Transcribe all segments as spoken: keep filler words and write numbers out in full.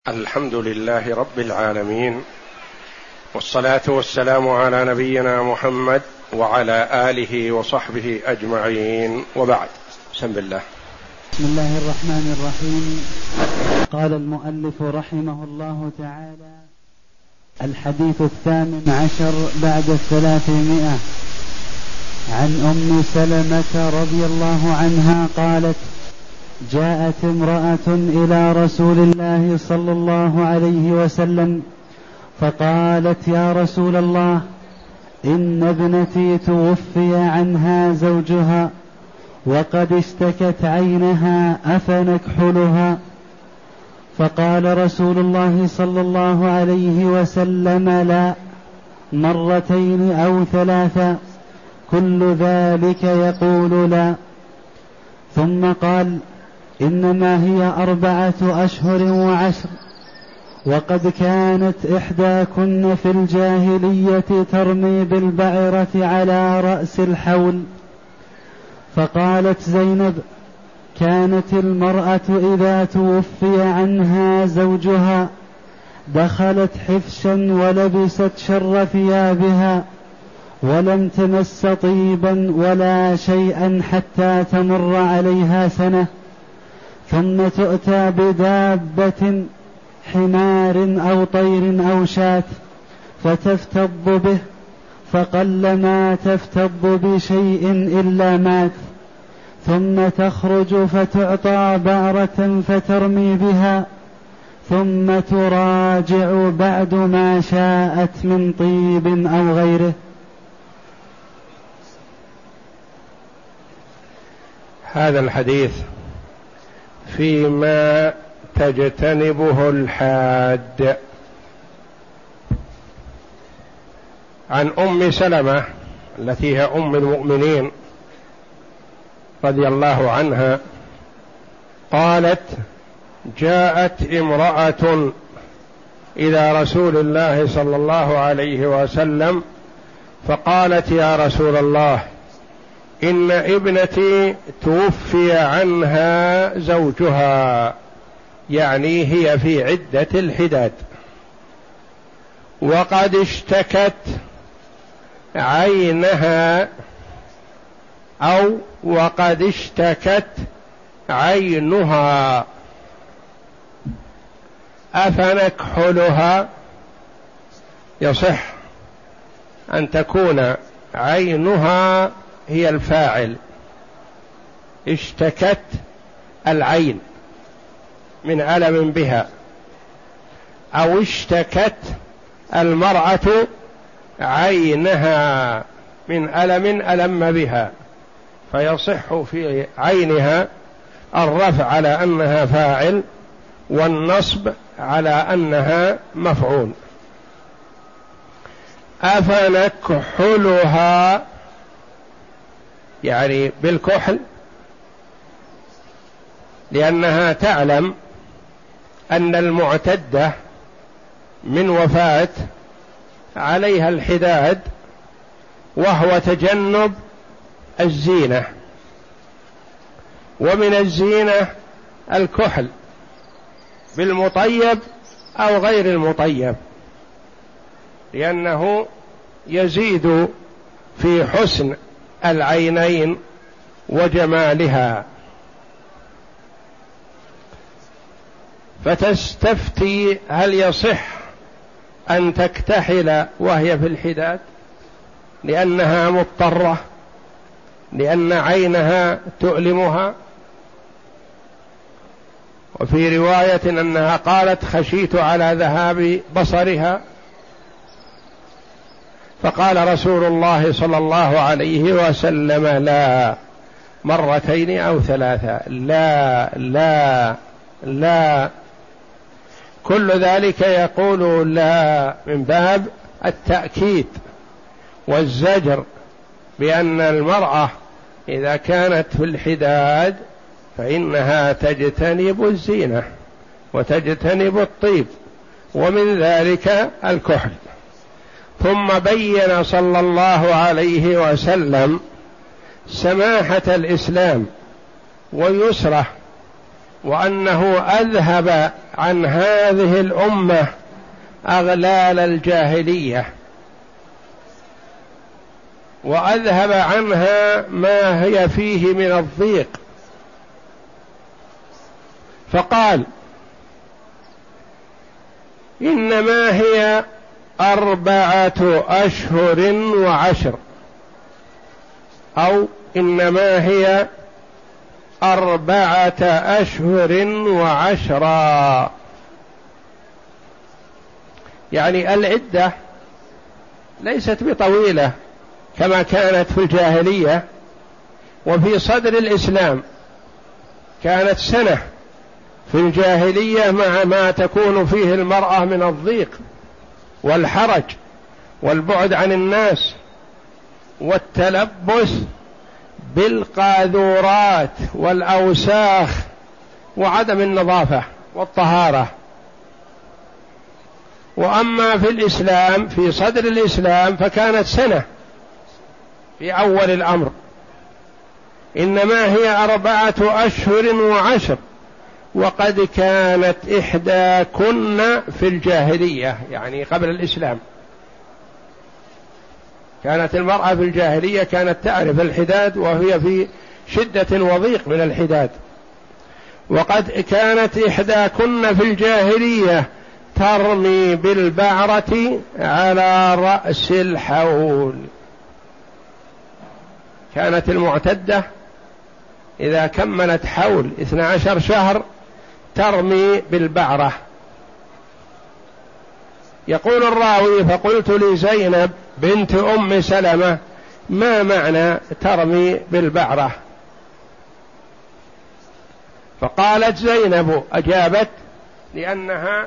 الحمد لله رب العالمين، والصلاة والسلام على نبينا محمد وعلى آله وصحبه أجمعين، وبعد. بسم الله. بسم الله الرحمن الرحيم. قال المؤلف رحمه الله تعالى: الحديث الثامن عشر بعد الثلاثمائة. عن أم سلمة رضي الله عنها قالت: جاءت امرأة إلى رسول الله صلى الله عليه وسلم فقالت: يا رسول الله، إن ابنتي توفي عنها زوجها وقد اشتكت عينها، أفنكحلها؟ فقال رسول الله صلى الله عليه وسلم: لا، مرتين أو ثلاثا، كل ذلك يقول لا. ثم قال: إنما هي أربعة أشهر وعشر، وقد كانت إحداكن في الجاهلية ترمي بالبعرة على رأس الحول. فقالت زينب: كانت المرأة إذا توفي عنها زوجها دخلت حفشا ولبست شر ثيابها ولم تمس طيبا ولا شيئا حتى تمر عليها سنة، ثم تؤتى بدابة، حمار أو طير أو شاة، فتفتض به، فقلما تفتض بشيء إلا مات، ثم تخرج فتعطى بعرة فترمي بها، ثم تراجع بعد ما شاءت من طيب أو غيره. هذا الحديث فيما تجتنبه الحاد. عن أم سلمة التي هي أم المؤمنين رضي الله عنها قالت: جاءت امرأة إلى رسول الله صلى الله عليه وسلم فقالت: يا رسول الله، إن ابنتي توفي عنها زوجها، يعني هي في عدة الحداد، وقد اشتكت عينها أو وقد اشتكت عينها، أفنكحلها؟ يصح أن تكون عينها هي الفاعل، اشتكت العين من ألم بها، أو اشتكت المرأة عينها من ألم ألم بها، فيصح في عينها الرفع على أنها فاعل والنصب على أنها مفعول. أفنكحلها يعني بالكحل، لأنها تعلم أن المعتدة من وفاة عليها الحداد، وهو تجنب الزينة، ومن الزينة الكحل بالمطيب أو غير المطيب، لأنه يزيد في حسن العينين وجمالها. فتستفتي هل يصح أن تكتحل وهي في الحداد، لأنها مضطرة، لأن عينها تؤلمها. وفي رواية أنها قالت: خشيت على ذهاب بصرها. فقال رسول الله صلى الله عليه وسلم: لا، مرتين أو ثلاثة، لا لا لا، كل ذلك يقول لا، من باب التأكيد والزجر بأن المرأة إذا كانت في الحداد فإنها تجتنب الزينة وتجتنب الطيب، ومن ذلك الكحل. ثم بين صلى الله عليه وسلم سماحة الإسلام ويسره، وأنه أذهب عن هذه الأمة أغلال الجاهلية وأذهب عنها ما هي فيه من الضيق، فقال إنما هي أربعة أشهر وعشر، أو إنما هي أربعة أشهر وعشرا، يعني العدة ليست بطويلة كما كانت في الجاهلية، وفي صدر الإسلام كانت سنة في الجاهلية مع ما تكون فيه المرأة من الضيق والحرج والبعد عن الناس والتلبس بالقاذورات والأوساخ وعدم النظافة والطهارة. وأما في الإسلام في صدر الإسلام فكانت سنة في أول الأمر، إنما هي أربعة أشهر وعشر، وقد كانت إحداكن في الجاهلية، يعني قبل الإسلام كانت المرأة في الجاهلية كانت تعرف الحداد وهي في شدة وضيق من الحداد، وقد كانت إحداكن في الجاهلية ترمي بالبعرة على رأس الحول. كانت المعتدة إذا كملت حول اثنى عشر شهر ترمي بالبعرة. يقول الراوي فقلت لزينب بنت أم سلمة ما معنى ترمي بالبعرة؟ فقالت زينب أجابت لأنها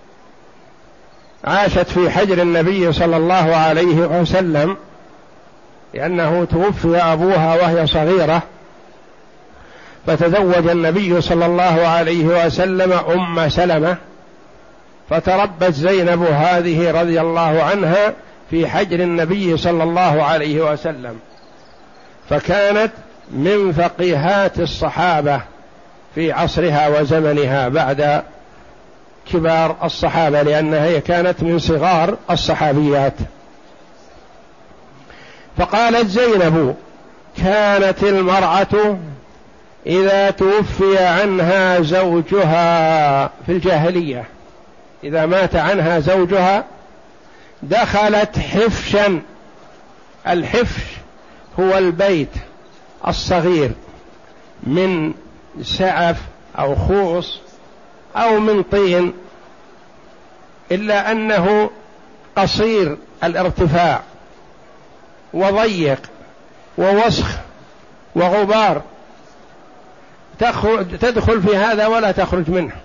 عاشت في حجر النبي صلى الله عليه وسلم، لأنه توفي أبوها وهي صغيرة، فتزوج النبي صلى الله عليه وسلم أم سلمة، فتربت زينب هذه رضي الله عنها في حجر النبي صلى الله عليه وسلم، فكانت من فقيهات الصحابة في عصرها وزمنها بعد كبار الصحابة، لأنها هي كانت من صغار الصحابيات. فقالت زينب كانت المرأة إذا توفي عنها زوجها في الجاهلية، إذا مات عنها زوجها دخلت حفشا. الحفش هو البيت الصغير من سعف أو خوص أو من طين، إلا أنه قصير الارتفاع وضيق ووسخ وغبار، تدخل في هذا ولا تخرج منه.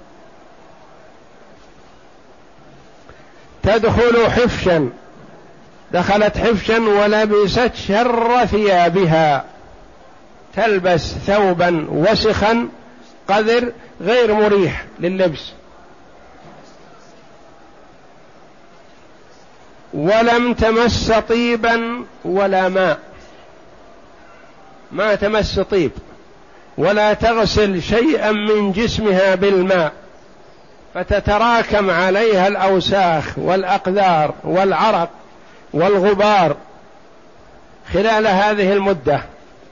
تدخل حفشا، دخلت حفشا ولبست شر ثيابها، تلبس ثوبا وسخا قذر غير مريح لللبس، ولم تمس طيبا ولا ماء، ما تمس طيب ولا تغسل شيئا من جسمها بالماء، فتتراكم عليها الأوساخ والأقذار والعرق والغبار خلال هذه المدة،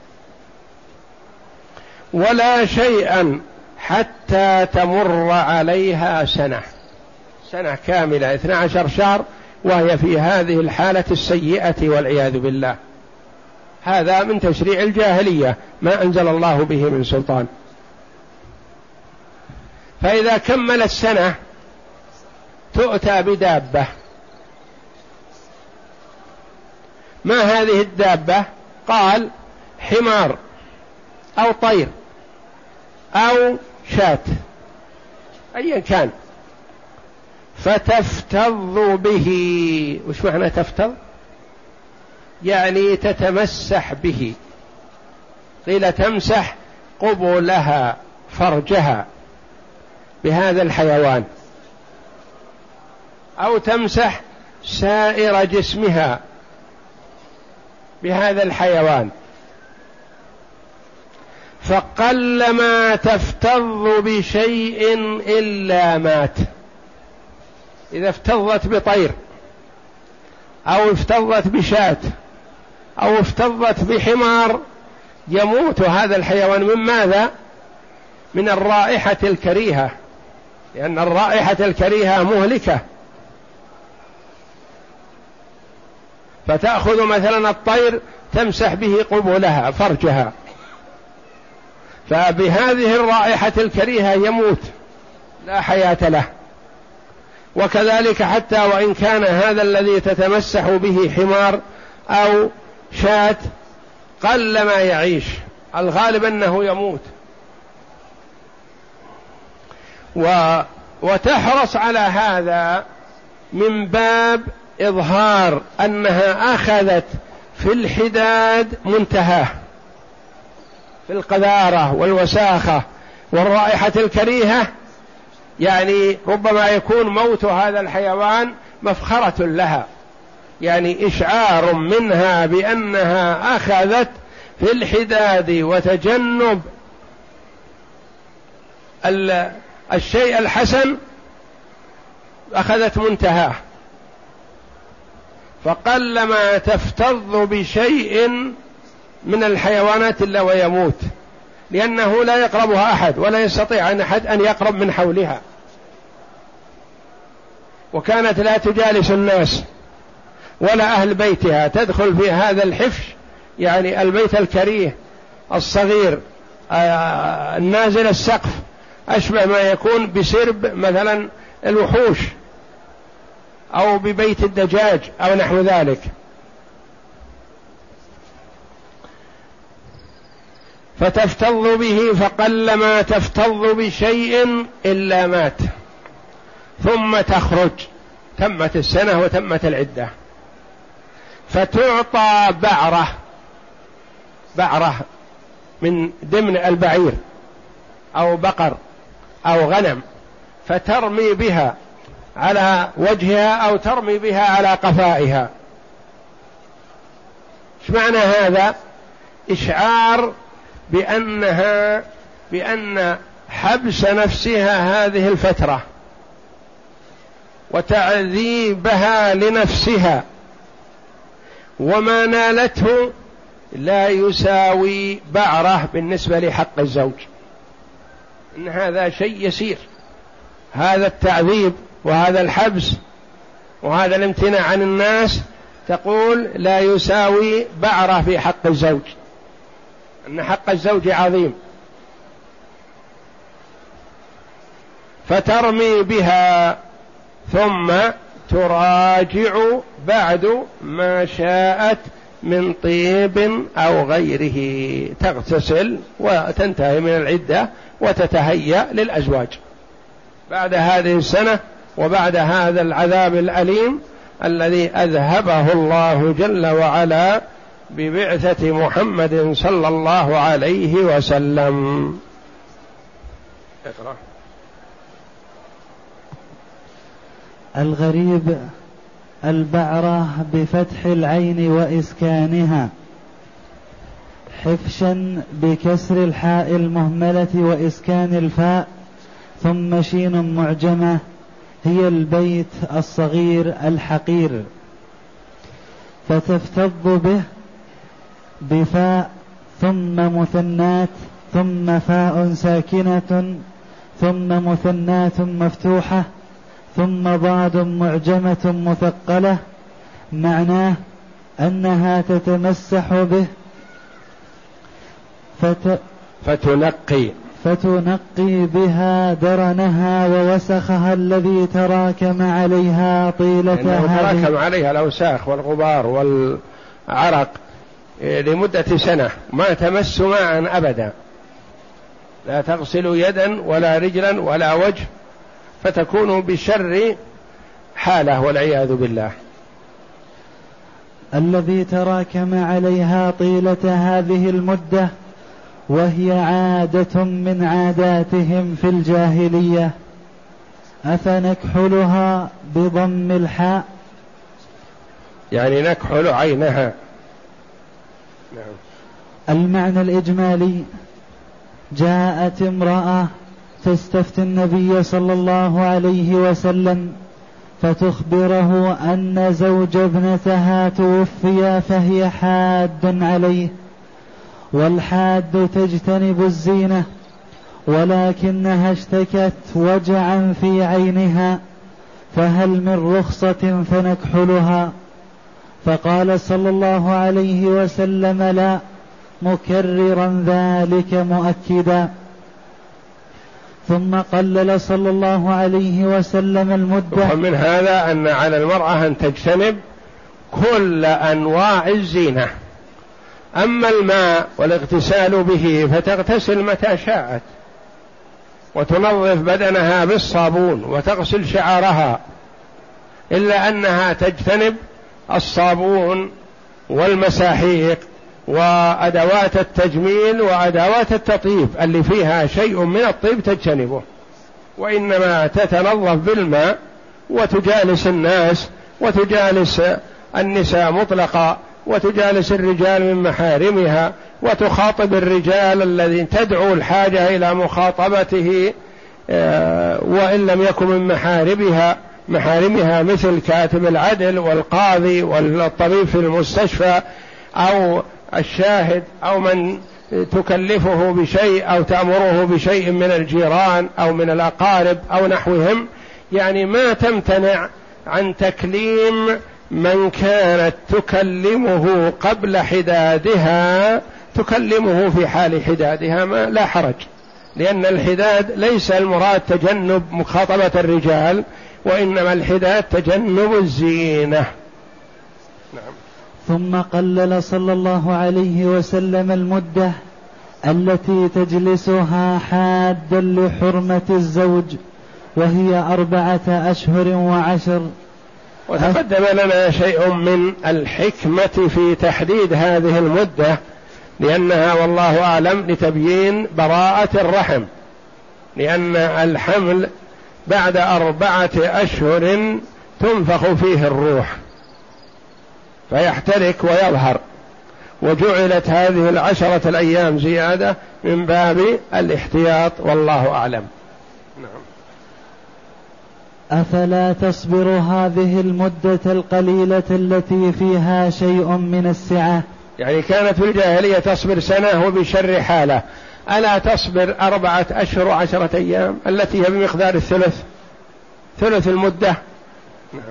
ولا شيئا حتى تمر عليها سنة سنة كاملة اثنى عشر شهر وهي في هذه الحالة السيئة والعياذ بالله. هذا من تشريع الجاهلية ما أنزل الله به من سلطان. فإذا كملت سنة تؤتى بدابة. ما هذه الدابة؟ قال حمار أو طير أو شاة أيا كان، فتفتض به. وش معنى تفتض؟ يعني تتمسح به، قيل تمسح قبلها فرجها بهذا الحيوان، أو تمسح سائر جسمها بهذا الحيوان. فقلما تفتض بشيء إلا مات. إذا افتضت بطير أو افتضت بشاة أو افتضت بحمار يموت هذا الحيوان. من ماذا؟ من الرائحة الكريهة، لأن الرائحة الكريهة مهلكة. فتأخذ مثلا الطير تمسح به قبولها فرجها، فبهذه الرائحة الكريهة يموت لا حياة له. وكذلك حتى وإن كان هذا الذي تتمسح به حمار أو شاة قل ما يعيش، الغالب أنه يموت. و وتحرص على هذا من باب إظهار أنها أخذت في الحداد منتهاه، في القذارة والوساخة والرائحة الكريهة. يعني ربما يكون موت هذا الحيوان مفخرة لها، يعني إشعار منها بأنها أخذت في الحداد وتجنب الشيء الحسن، أخذت منتهاه. فقلما تفتض بشيء من الحيوانات إلا ويموت، لأنه لا يقربها أحد ولا يستطيع أن أحد أن يقرب من حولها. وكانت لا تجالس الناس ولا أهل بيتها، تدخل في هذا الحفش، يعني البيت الكريه الصغير النازل السقف، أشبه ما يكون بسرب مثلا الوحوش أو ببيت الدجاج أو نحو ذلك. فتفتض به، فقلما تفتض بشيء إلا مات. ثم تخرج، تمت السنة وتمت العدة، فتعطى بعرة، بعرة من ضمن البعير أو بقر أو غنم، فترمي بها على وجهها أو ترمي بها على قفائها. ايش معنى هذا؟ إشعار بأنها بأن حبس نفسها هذه الفترة وتعذيبها لنفسها وما نالته لا يساوي بعرة بالنسبة لحق الزوج، إن هذا شيء يسير. هذا التعذيب وهذا الحبس وهذا الامتناع عن الناس تقول لا يساوي بعرة في حق الزوج، أن حق الزوج عظيم. فترمي بها ثم تراجع بعد ما شاءت من طيب أو غيره، تغتسل وتنتهي من العدة وتتهيأ للأزواج بعد هذه السنة وبعد هذا العذاب الأليم الذي أذهبه الله جل وعلا ببعثة محمد صلى الله عليه وسلم. اقرأ. الغريب البعرة بفتح العين وإسكانها، حفشا بكسر الحاء المهملة وإسكان الفاء ثم شين معجمة، هي البيت الصغير الحقير. فتفتض به بفاء ثم مثنات ثم فاء ساكنة ثم مثنات مفتوحة ثم ضاد معجمة مثقلة، معناه أنها تتمسح به فت... فتنقي فتنقي بها درنها ووسخها الذي تراكم عليها طيلة هذه، تراكم عليها الأوساخ والغبار والعرق لمدة سنة، ما تمس ماء أبدا، لا تغسل يدا ولا رجلا ولا وجه، فتكون بشر حالة والعياذ بالله. الذي تراكم عليها طيلة هذه المدة، وهي عادة من عاداتهم في الجاهلية. أفنكحلها بضم الحاء، يعني نكحل عينها. نعم. المعنى الإجمالي جاءت امرأة تستفتي النبي صلى الله عليه وسلم فتخبره أن زوج ابنتها توفي فهي حاد عليه، والحاد تجتنب الزينة، ولكنها اشتكت وجعا في عينها، فهل من رخصة فنكحلها؟ فقال صلى الله عليه وسلم لا، مكررا ذلك مؤكدا. ثم قلل صلى الله عليه وسلم المدة. ومن هذا أن على المرأة أن تجتنب كل أنواع الزينة. أما الماء والاغتسال به فتغتسل متى شاءت، وتنظف بدنها بالصابون وتغسل شعرها، إلا أنها تجتنب الصابون والمساحيق وأدوات التجميل وأدوات التطيب اللي فيها شيء من الطيب تجتنبه، وإنما تتنظف بالماء وتجالس الناس وتجالس النساء مطلقا وتجالس الرجال من محارمها وتخاطب الرجال الذي تدعو الحاجة إلى مخاطبته وإن لم يكن من محارمها محارمها مثل كاتب العدل والقاضي والطبيب في المستشفى أو الشاهد أو من تكلفه بشيء أو تأمره بشيء من الجيران أو من الأقارب أو نحوهم، يعني ما تمتنع عن تكليم من كانت تكلمه قبل حدادها، تكلمه في حال حدادها ما لا حرج، لأن الحداد ليس المراد تجنب مخاطبة الرجال، وإنما الحداد تجنب الزينة. نعم. ثم قلل صلى الله عليه وسلم المدة التي تجلسها حادا لحرمة الزوج، وهي أربعة أشهر وعشر. وتقدم لنا شيء من الحكمة في تحديد هذه المدة، لأنها والله أعلم لتبيين براءة الرحم، لأن الحمل بعد أربعة أشهر تنفخ فيه الروح فيحترك ويظهر، وجعلت هذه العشرة الأيام زيادة من باب الاحتياط والله أعلم. نعم. أفلا تصبر هذه المدة القليلة التي فيها شيء من السعة؟ يعني كانت في الجاهلية تصبر سنة وبشر حالة، ألا تصبر أربعة أشهر وعشرة أيام التي هي بمقدار الثلث ثلث المدة؟ نعم.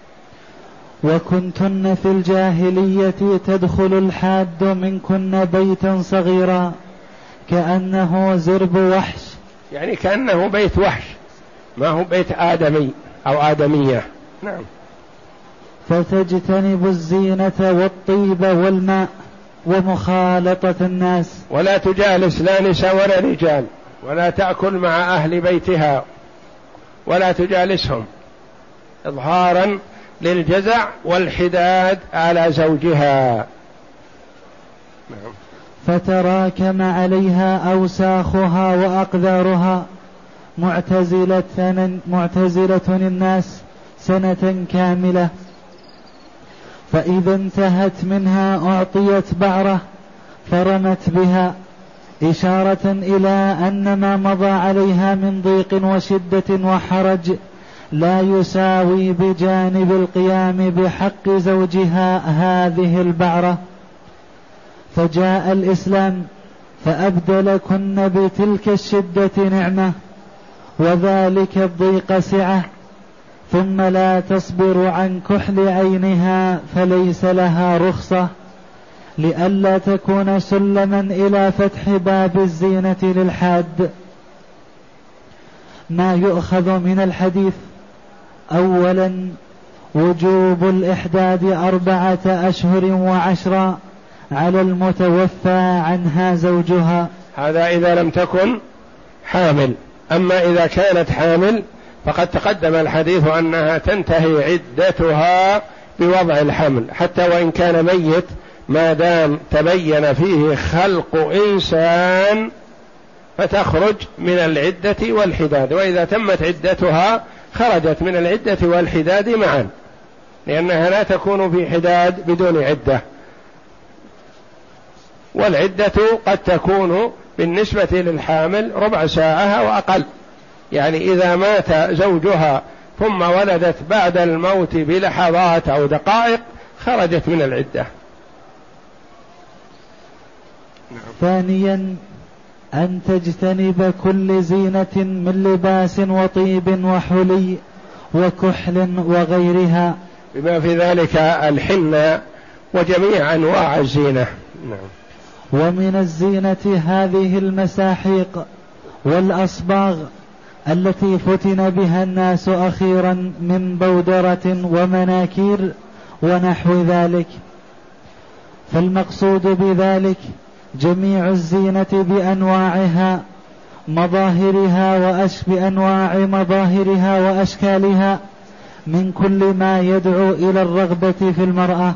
وكنتن في الجاهلية تدخل الحاد منكن بيتا صغيرا كأنه زرب وحش، يعني كأنه بيت وحش ما هو بيت آدمي أو آدمية. نعم. فتجتنب الزينة والطيب والماء ومخالطة الناس، ولا تجالس لا نساء ولا رجال، ولا تأكل مع أهل بيتها ولا تجالسهم، إظهارا للجزع والحداد على زوجها. نعم. فتراكم عليها أوساخها وأقذارها معتزلة, معتزلة الناس سنة كاملة، فإذا انتهت منها أعطيت بعرة فرمت بها، إشارة إلى أن ما مضى عليها من ضيق وشدة وحرج لا يساوي بجانب القيام بحق زوجها هذه البعرة. فجاء الإسلام فأبدلكن بتلك الشدة نعمة وذلك الضيق سعة، ثم لا تصبر عن كحل عينها فليس لها رخصة، لئلا تكون سلما إلى فتح باب الزينة للحاد. ما يؤخذ من الحديث: أولا وجوب الإحداد أربعة أشهر وعشرا على المتوفى عنها زوجها، هذا إذا لم تكن حامل. أما إذا كانت حامل فقد تقدم الحديث أنها تنتهي عدتها بوضع الحمل، حتى وإن كان ميت ما دام تبين فيه خلق إنسان فتخرج من العدة والحداد، وإذا تمت عدتها خرجت من العدة والحداد معا، لأنها لا تكون في حداد بدون عدة، والعدة قد تكون بالنسبة للحامل ربع ساعة أو أقل، يعني إذا مات زوجها ثم ولدت بعد الموت بلحظات أو دقائق خرجت من العدة. ثانيا أن تجتنب كل زينة من لباس وطيب وحلي وكحل وغيرها، بما في ذلك الحنة وجميع أنواع الزينة. نعم. ومن الزينة هذه المساحيق والأصباغ التي فتن بها الناس أخيرا من بودرة ومناكير ونحو ذلك، فالمقصود بذلك جميع الزينة بأنواعها مظاهرها وأش بأنواع مظاهرها وأشكالها من كل ما يدعو إلى الرغبة في المرأة.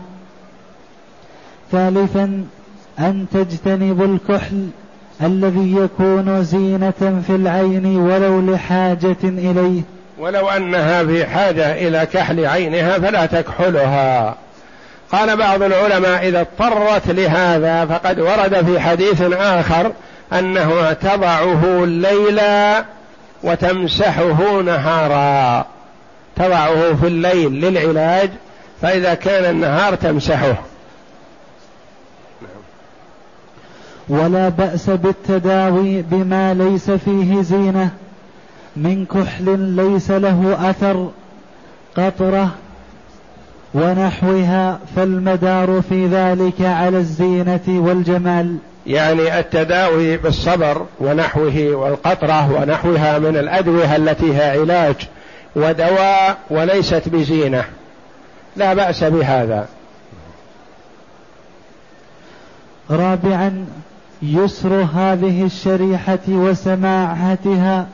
ثالثا أن تجتنب الكحل الذي يكون زينة في العين ولو لحاجة إليه، ولو أنها في حاجة إلى كحل عينها فلا تكحلها. قال بعض العلماء إذا اضطرت لهذا فقد ورد في حديث آخر أنه تضعه ليلا وتمسحه نهارا، تضعه في الليل للعلاج، فإذا كان النهار تمسحه. ولا بأس بالتداوي بما ليس فيه زينة من كحل ليس له أثر قطرة ونحوها، فالمدار في ذلك على الزينة والجمال. يعني التداوي بالصبر ونحوه والقطرة ونحوها من الأدوية التي هي علاج ودواء وليست بزينة لا بأس بهذا. رابعا يسر هذه الشريحة وسماحتها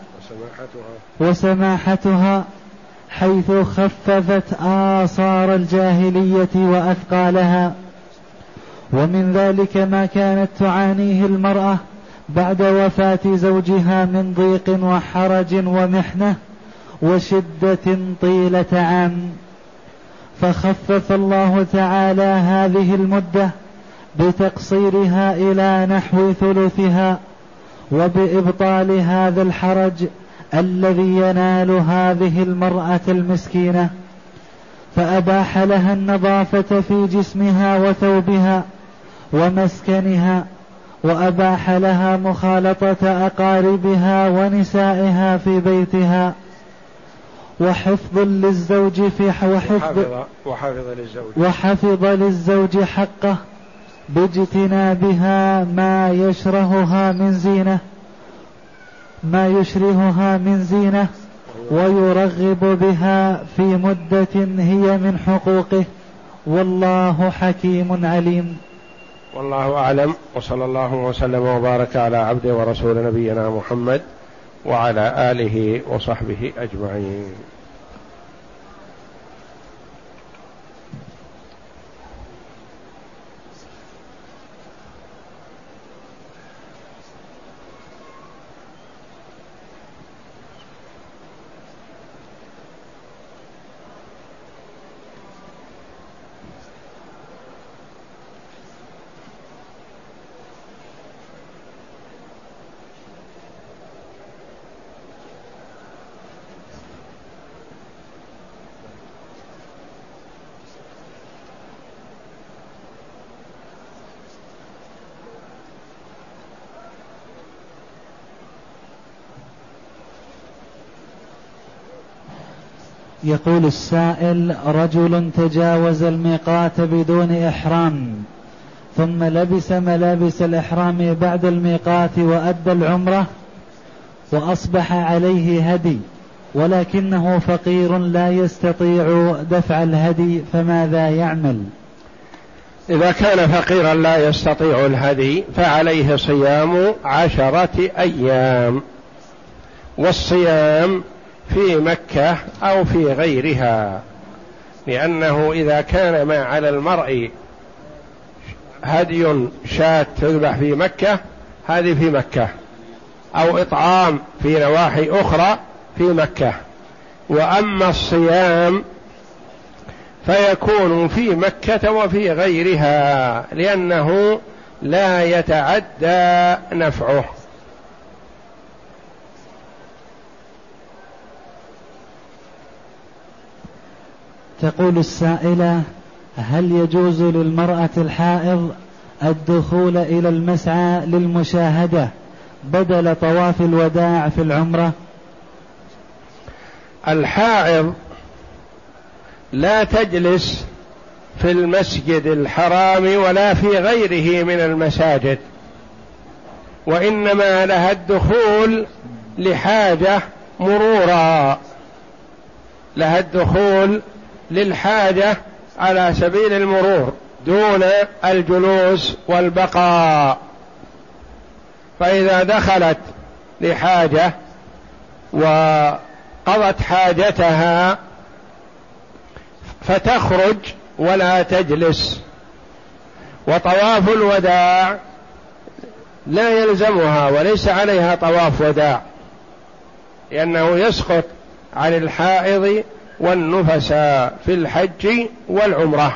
وسماحتها حيث خففت آثار الجاهلية وأثقالها، ومن ذلك ما كانت تعانيه المرأة بعد وفاة زوجها من ضيق وحرج ومحنة وشدة طيلة عام، فخفف الله تعالى هذه المدة بتقصيرها إلى نحو ثلثها وبإبطال هذا الحرج الذي ينال هذه المرأة المسكينة، فأباح لها النظافة في جسمها وثوبها ومسكنها، وأباح لها مخالطة أقاربها ونسائها في بيتها، وحفظ للزوج في وحفظ وحفظ للزوج وحفظ للزوج حقه باجتنابها ما يشرهها من زينة ما يشرهها من زينة ويرغب بها في مدة هي من حقوقه، والله حكيم عليم. والله أعلم، وصلى الله وسلم وبارك على عبده ورسول نبينا محمد وعلى آله وصحبه أجمعين. يقول السائل: رجل تجاوز الميقات بدون إحرام ثم لبس ملابس الإحرام بعد الميقات وأدى العمرة وأصبح عليه هدي، ولكنه فقير لا يستطيع دفع الهدي، فماذا يعمل؟ إذا كان فقيرا لا يستطيع الهدي فعليه صيام عشرة أيام، والصيام في مكة أو في غيرها، لأنه إذا كان ما على المرء هدي شاة تذبح في مكة هذه في مكة، أو إطعام في نواحي أخرى في مكة، وأما الصيام فيكون في مكة وفي غيرها، لأنه لا يتعدى نفعه. تقول السائلة: هل يجوز للمرأة الحائض الدخول إلى المسعى للمشاهدة بدل طواف الوداع في العمرة؟ الحائض لا تجلس في المسجد الحرام ولا في غيره من المساجد، وإنما لها الدخول لحاجة مرورا، لها الدخول للحاجة على سبيل المرور دون الجلوس والبقاء. فإذا دخلت لحاجة وقضت حاجتها فتخرج ولا تجلس. وطواف الوداع لا يلزمها وليس عليها طواف وداع، لأنه يسقط عن الحائض والنفساء في الحج والعمرة.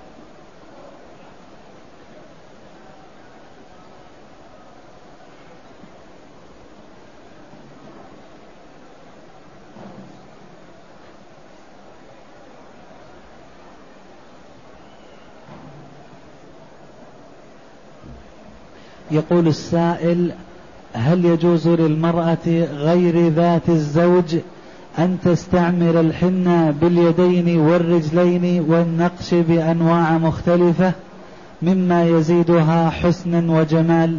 يقول السائل: هل يجوز للمرأة غير ذات الزوج أن تستعمل الحنة باليدين والرجلين والنقش بأنواع مختلفة مما يزيدها حسنا وجمال؟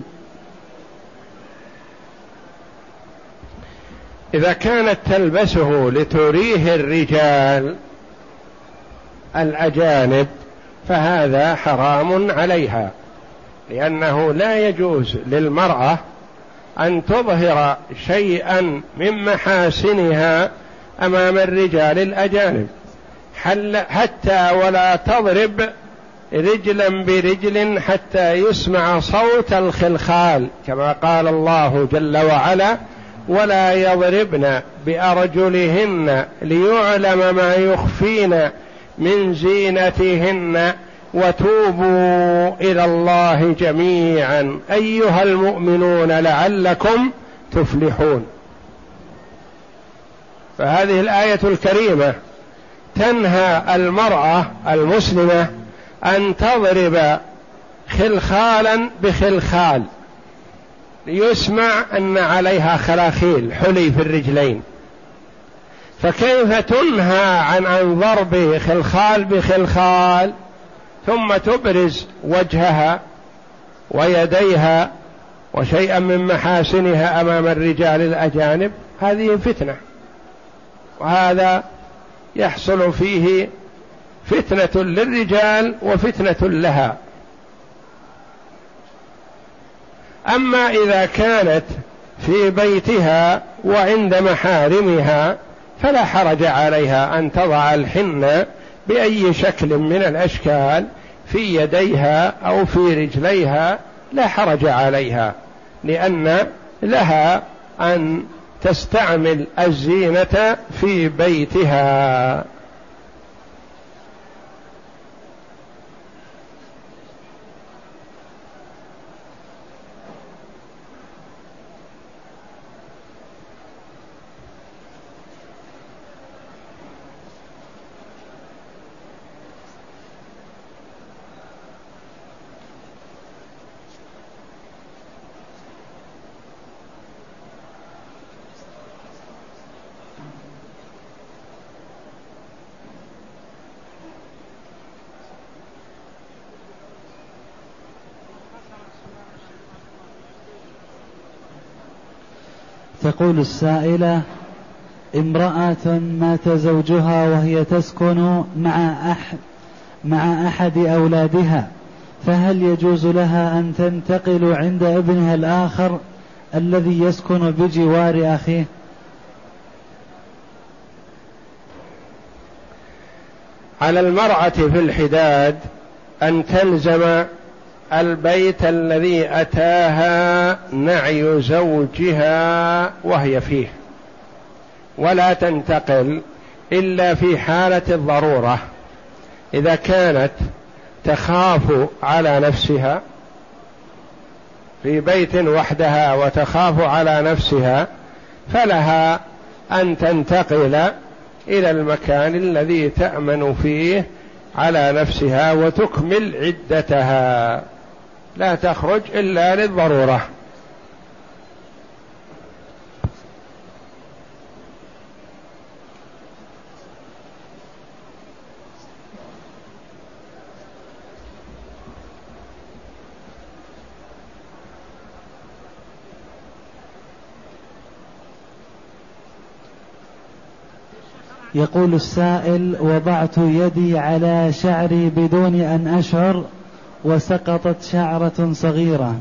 إذا كانت تلبسه لتريه الرجال الأجانب فهذا حرام عليها، لأنه لا يجوز للمرأة أن تظهر شيئا من محاسنها أمام الرجال الأجانب، حتى ولا تضرب رجلا برجل حتى يسمع صوت الخلخال، كما قال الله جل وعلا: ولا يضربن بأرجلهن ليعلم ما يخفين من زينتهن وتوبوا إلى الله جميعا أيها المؤمنون لعلكم تفلحون. فهذه الآية الكريمة تنهى المرأة المسلمة أن تضرب خلخالا بخلخال ليسمع أن عليها خلاخيل حلي في الرجلين، فكيف تنهى عن أن ضرب خلخال بخلخال ثم تبرز وجهها ويديها وشيئا من محاسنها أمام الرجال الأجانب؟ هذه فتنة، وهذا يحصل فيه فتنة للرجال وفتنة لها. أما إذا كانت في بيتها وعند محارمها فلا حرج عليها أن تضع الحنة بأي شكل من الأشكال في يديها أو في رجليها، لا حرج عليها، لأن لها أن تستعمل الزينة في بيتها. تقول السائلة: امرأة مات زوجها وهي تسكن مع أحد, مع أحد أولادها، فهل يجوز لها أن تنتقل عند ابنها الآخر الذي يسكن بجوار أخيه؟ على المرأة في الحداد أن تلزم البيت الذي أتاها نعي زوجها وهي فيه، ولا تنتقل إلا في حالة الضرورة، إذا كانت تخاف على نفسها في بيت وحدها وتخاف على نفسها فلها أن تنتقل إلى المكان الذي تأمن فيه على نفسها وتكمل عدتها، لا تخرج إلا للضرورة. يقول السائل: وضعت يدي على شعري بدون أن أشعر وسقطت شعرة صغيرة.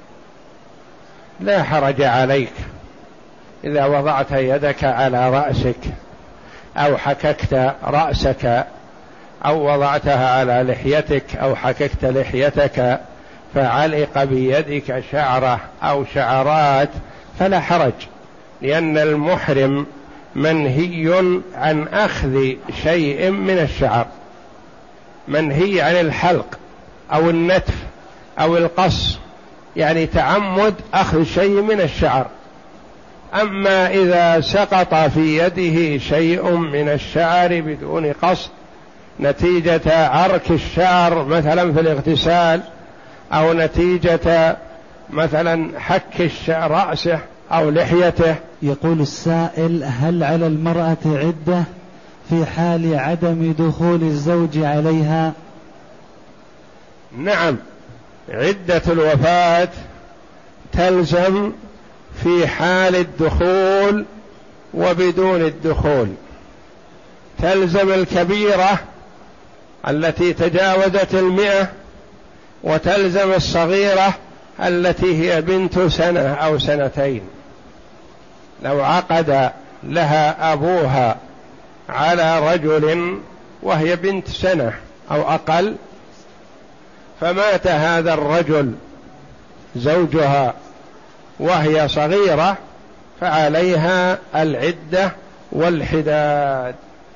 لا حرج عليك إذا وضعت يدك على رأسك أو حككت رأسك أو وضعتها على لحيتك أو حككت لحيتك فعلق بيدك شعرة أو شعرات فلا حرج، لأن المحرم منهي عن أخذ شيء من الشعر، منهي عن الحلق أو النتف أو القص، يعني تعمد أخذ شيء من الشعر. أما إذا سقط في يده شيء من الشعر بدون قصد نتيجة عرك الشعر مثلا في الاغتسال أو نتيجة مثلا حك رأسه أو لحيته. يقول السائل: هل على المرأة عدة في حال عدم دخول الزوج عليها؟ نعم، عدة الوفاة تلزم في حال الدخول وبدون الدخول، تلزم الكبيرة التي تجاوزت المئة وتلزم الصغيرة التي هي بنت سنة أو سنتين. لو عقد لها أبوها على رجل وهي بنت سنة أو أقل فمات هذا الرجل زوجها وهي صغيرة فعليها العدة والحداد،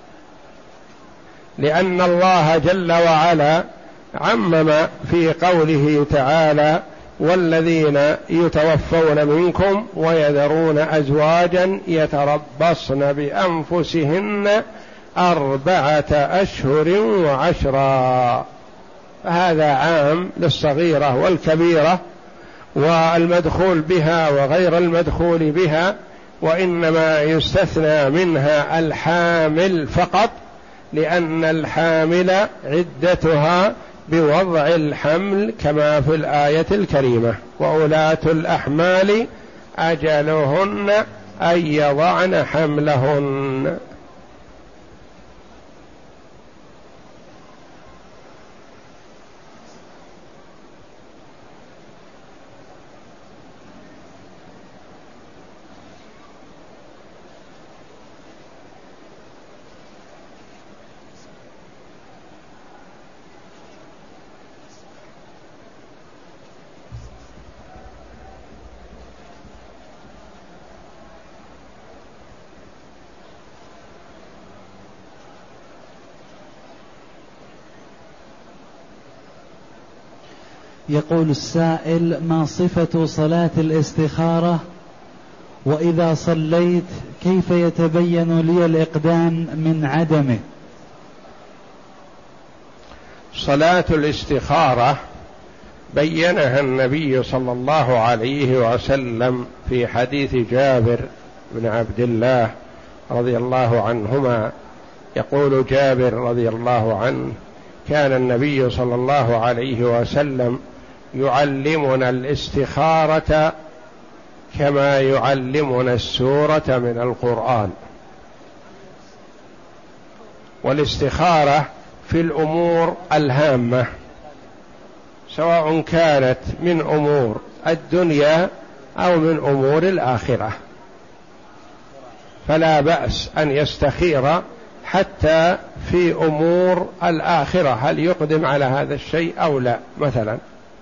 لأن الله جل وعلا عمم في قوله تعالى: والذين يتوفون منكم ويذرون أزواجا يتربصن بأنفسهن أربعة أشهر وعشرا. فهذا عام للصغيرة والكبيرة والمدخول بها وغير المدخول بها، وإنما يستثنى منها الحامل فقط، لأن الحامل عدتها بوضع الحمل كما في الآية الكريمة: وأولاة الأحمال أجلهن أن يضعن حملهن. يقول السائل: ما صفة صلاة الاستخارة؟ وإذا صليت كيف يتبين لي الإقدام من عدمه؟ صلاة الاستخارة بينها النبي صلى الله عليه وسلم في حديث جابر بن عبد الله رضي الله عنهما. يقول جابر رضي الله عنه: كان النبي صلى الله عليه وسلم يعلمنا الاستخارة كما يعلمنا السورة من القرآن. والاستخارة في الأمور الهامة سواء كانت من أمور الدنيا أو من أمور الآخرة، فلا بأس أن يستخير حتى في أمور الآخرة، هل يقدم على هذا الشيء أو لا مثلا.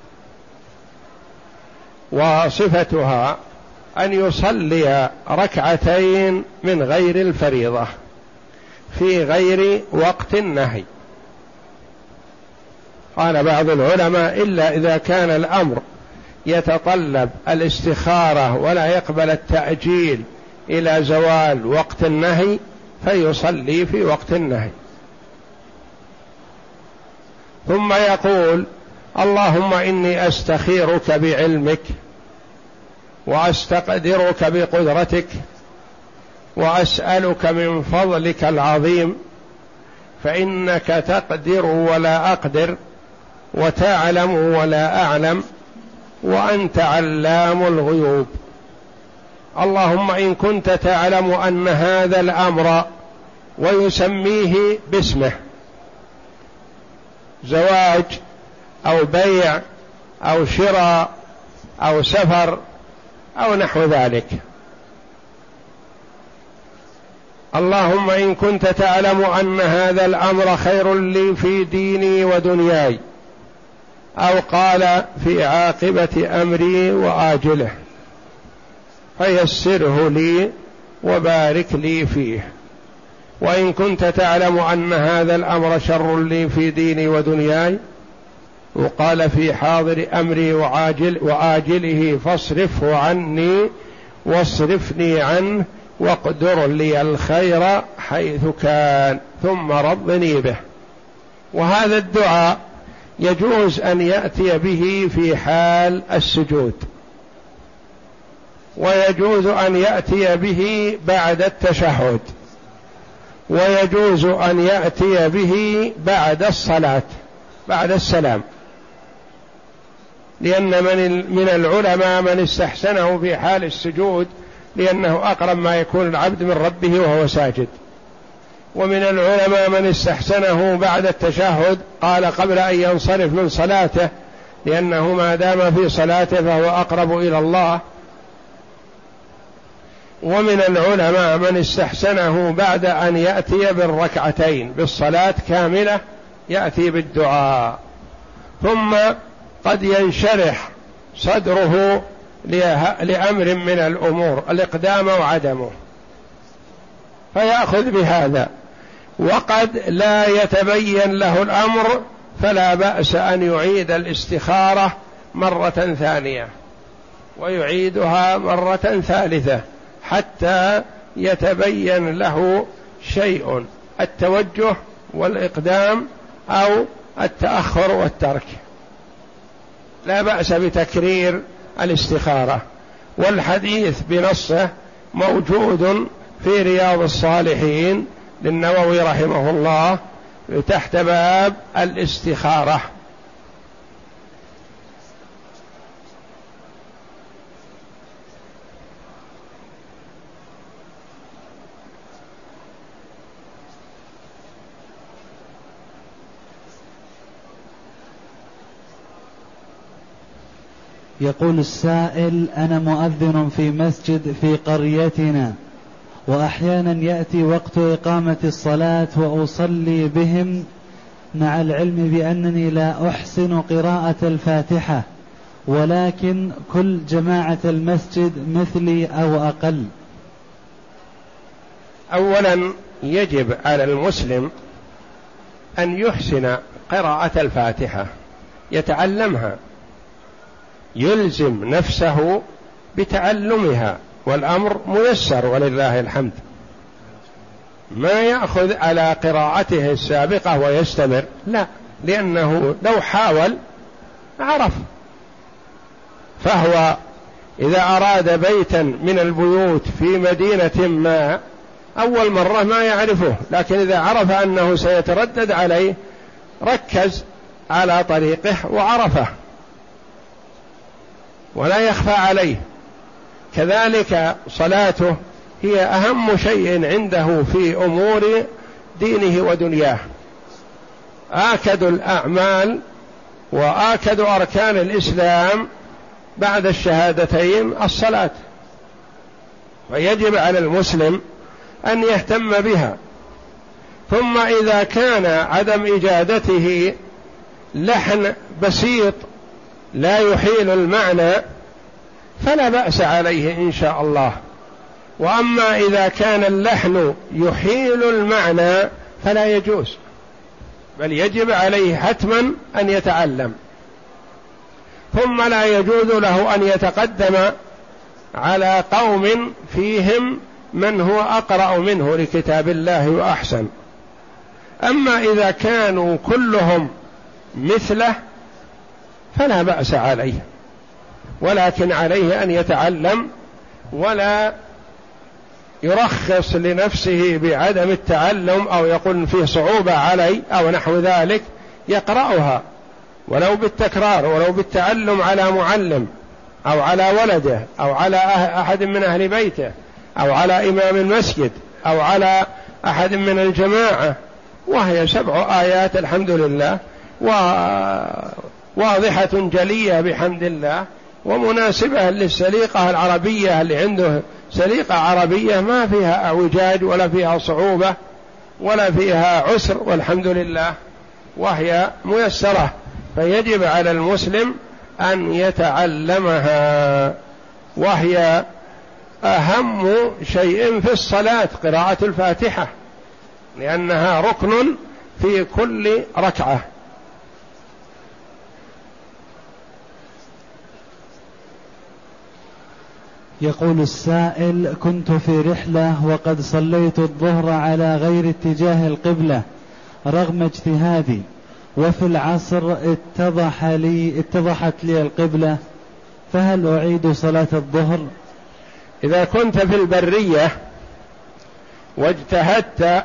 وصفتها أن يصلي ركعتين من غير الفريضة في غير وقت النهي. قال بعض العلماء: إلا إذا كان الأمر يتطلب الاستخارة ولا يقبل التأجيل إلى زوال وقت النهي فيصلي في وقت النهي. ثم يقول: اللهم إني أستخيرك بعلمك وأستقدرك بقدرتك وأسألك من فضلك العظيم، فإنك تقدر ولا أقدر وتعلم ولا أعلم وأنت علام الغيوب. اللهم إن كنت تعلم أن هذا الأمر، ويسميه باسمه، زواج أو بيع أو شراء أو سفر أو نحو ذلك. اللهم إن كنت تعلم أن هذا الأمر خير لي في ديني ودنياي، أو قال في عاقبة أمري وآجله، فيسره لي وبارك لي فيه. وإن كنت تعلم أن هذا الأمر شر لي في ديني ودنياي، وقال في حاضر أمري وعاجل وآجله، فاصرفه عني واصرفني عنه واقدر لي الخير حيث كان ثم رضني به. وهذا الدعاء يجوز أن يأتي به في حال السجود، ويجوز أن يأتي به بعد التشهد، ويجوز أن يأتي به بعد الصلاة بعد السلام، لأن من من العلماء من استحسنه في حال السجود، لأنه أقرب ما يكون العبد من ربه وهو ساجد. ومن العلماء من استحسنه بعد التشهد، قال قبل أن ينصرف من صلاته، لأنه ما دام في صلاته فهو أقرب إلى الله. ومن العلماء من استحسنه بعد أن يأتي بالركعتين بالصلاة كاملة، يأتي بالدعاء، ثم قد ينشرح صدره لأمر من الأمور، الإقدام وعدمه، فيأخذ بهذا. وقد لا يتبين له الأمر، فلا بأس أن يعيد الاستخارة مرة ثانية ويعيدها مرة ثالثة حتى يتبين له شيء، التوجه والإقدام أو التأخر والترك. لا بأس بتكرير الاستخارة، والحديث بنصه موجود في رياض الصالحين للنووي رحمه الله تحت باب الاستخارة. يقول السائل: أنا مؤذن في مسجد في قريتنا، وأحيانا يأتي وقت إقامة الصلاة وأصلي بهم، مع العلم بأنني لا أحسن قراءة الفاتحة، ولكن كل جماعة المسجد مثلي أو أقل. أولا يجب على المسلم أن يحسن قراءة الفاتحة، يتعلمها، يلزم نفسه بتعلمها، والأمر ميسر ولله الحمد. ما يأخذ على قراءته السابقة ويستمر، لا، لأنه لو حاول عرف. فهو إذا أراد بيتا من البيوت في مدينة ما أول مرة ما يعرفه، لكن إذا عرف أنه سيتردد عليه ركز على طريقه وعرفه ولا يخفى عليه. كذلك صلاته هي أهم شيء عنده في أمور دينه ودنياه، آكد الأعمال وآكد أركان الإسلام بعد الشهادتين الصلاة، ويجب على المسلم أن يهتم بها. ثم إذا كان عدم إجادته لحن بسيط لا يحيل المعنى فلا بأس عليه إن شاء الله. وأما إذا كان اللحن يحيل المعنى فلا يجوز، بل يجب عليه حتما أن يتعلم. ثم لا يجوز له أن يتقدم على قوم فيهم من هو أقرأ منه لكتاب الله وأحسن. أما إذا كانوا كلهم مثله فلا بأس عليه، ولكن عليه أن يتعلم ولا يرخص لنفسه بعدم التعلم أو يقول فيه صعوبة علي أو نحو ذلك، يقرأها ولو بالتكرار ولو بالتعلم على معلم أو على ولده أو على أحد من أهل بيته أو على إمام المسجد أو على أحد من الجماعة، وهي سبع آيات الحمد لله وواضحة جلية بحمد الله ومناسبة للسليقة العربية، اللي عنده سليقة عربية ما فيها اعوجاج ولا فيها صعوبة ولا فيها عسر والحمد لله، وهي ميسرة، فيجب على المسلم أن يتعلمها. وهي أهم شيء في الصلاة قراءة الفاتحة، لأنها ركن في كل ركعة. يقول السائل: كنت في رحلة وقد صليت الظهر على غير اتجاه القبلة رغم اجتهادي، وفي العصر اتضح لي اتضحت لي القبلة، فهل أعيد صلاة الظهر؟ إذا كنت في البرية واجتهدت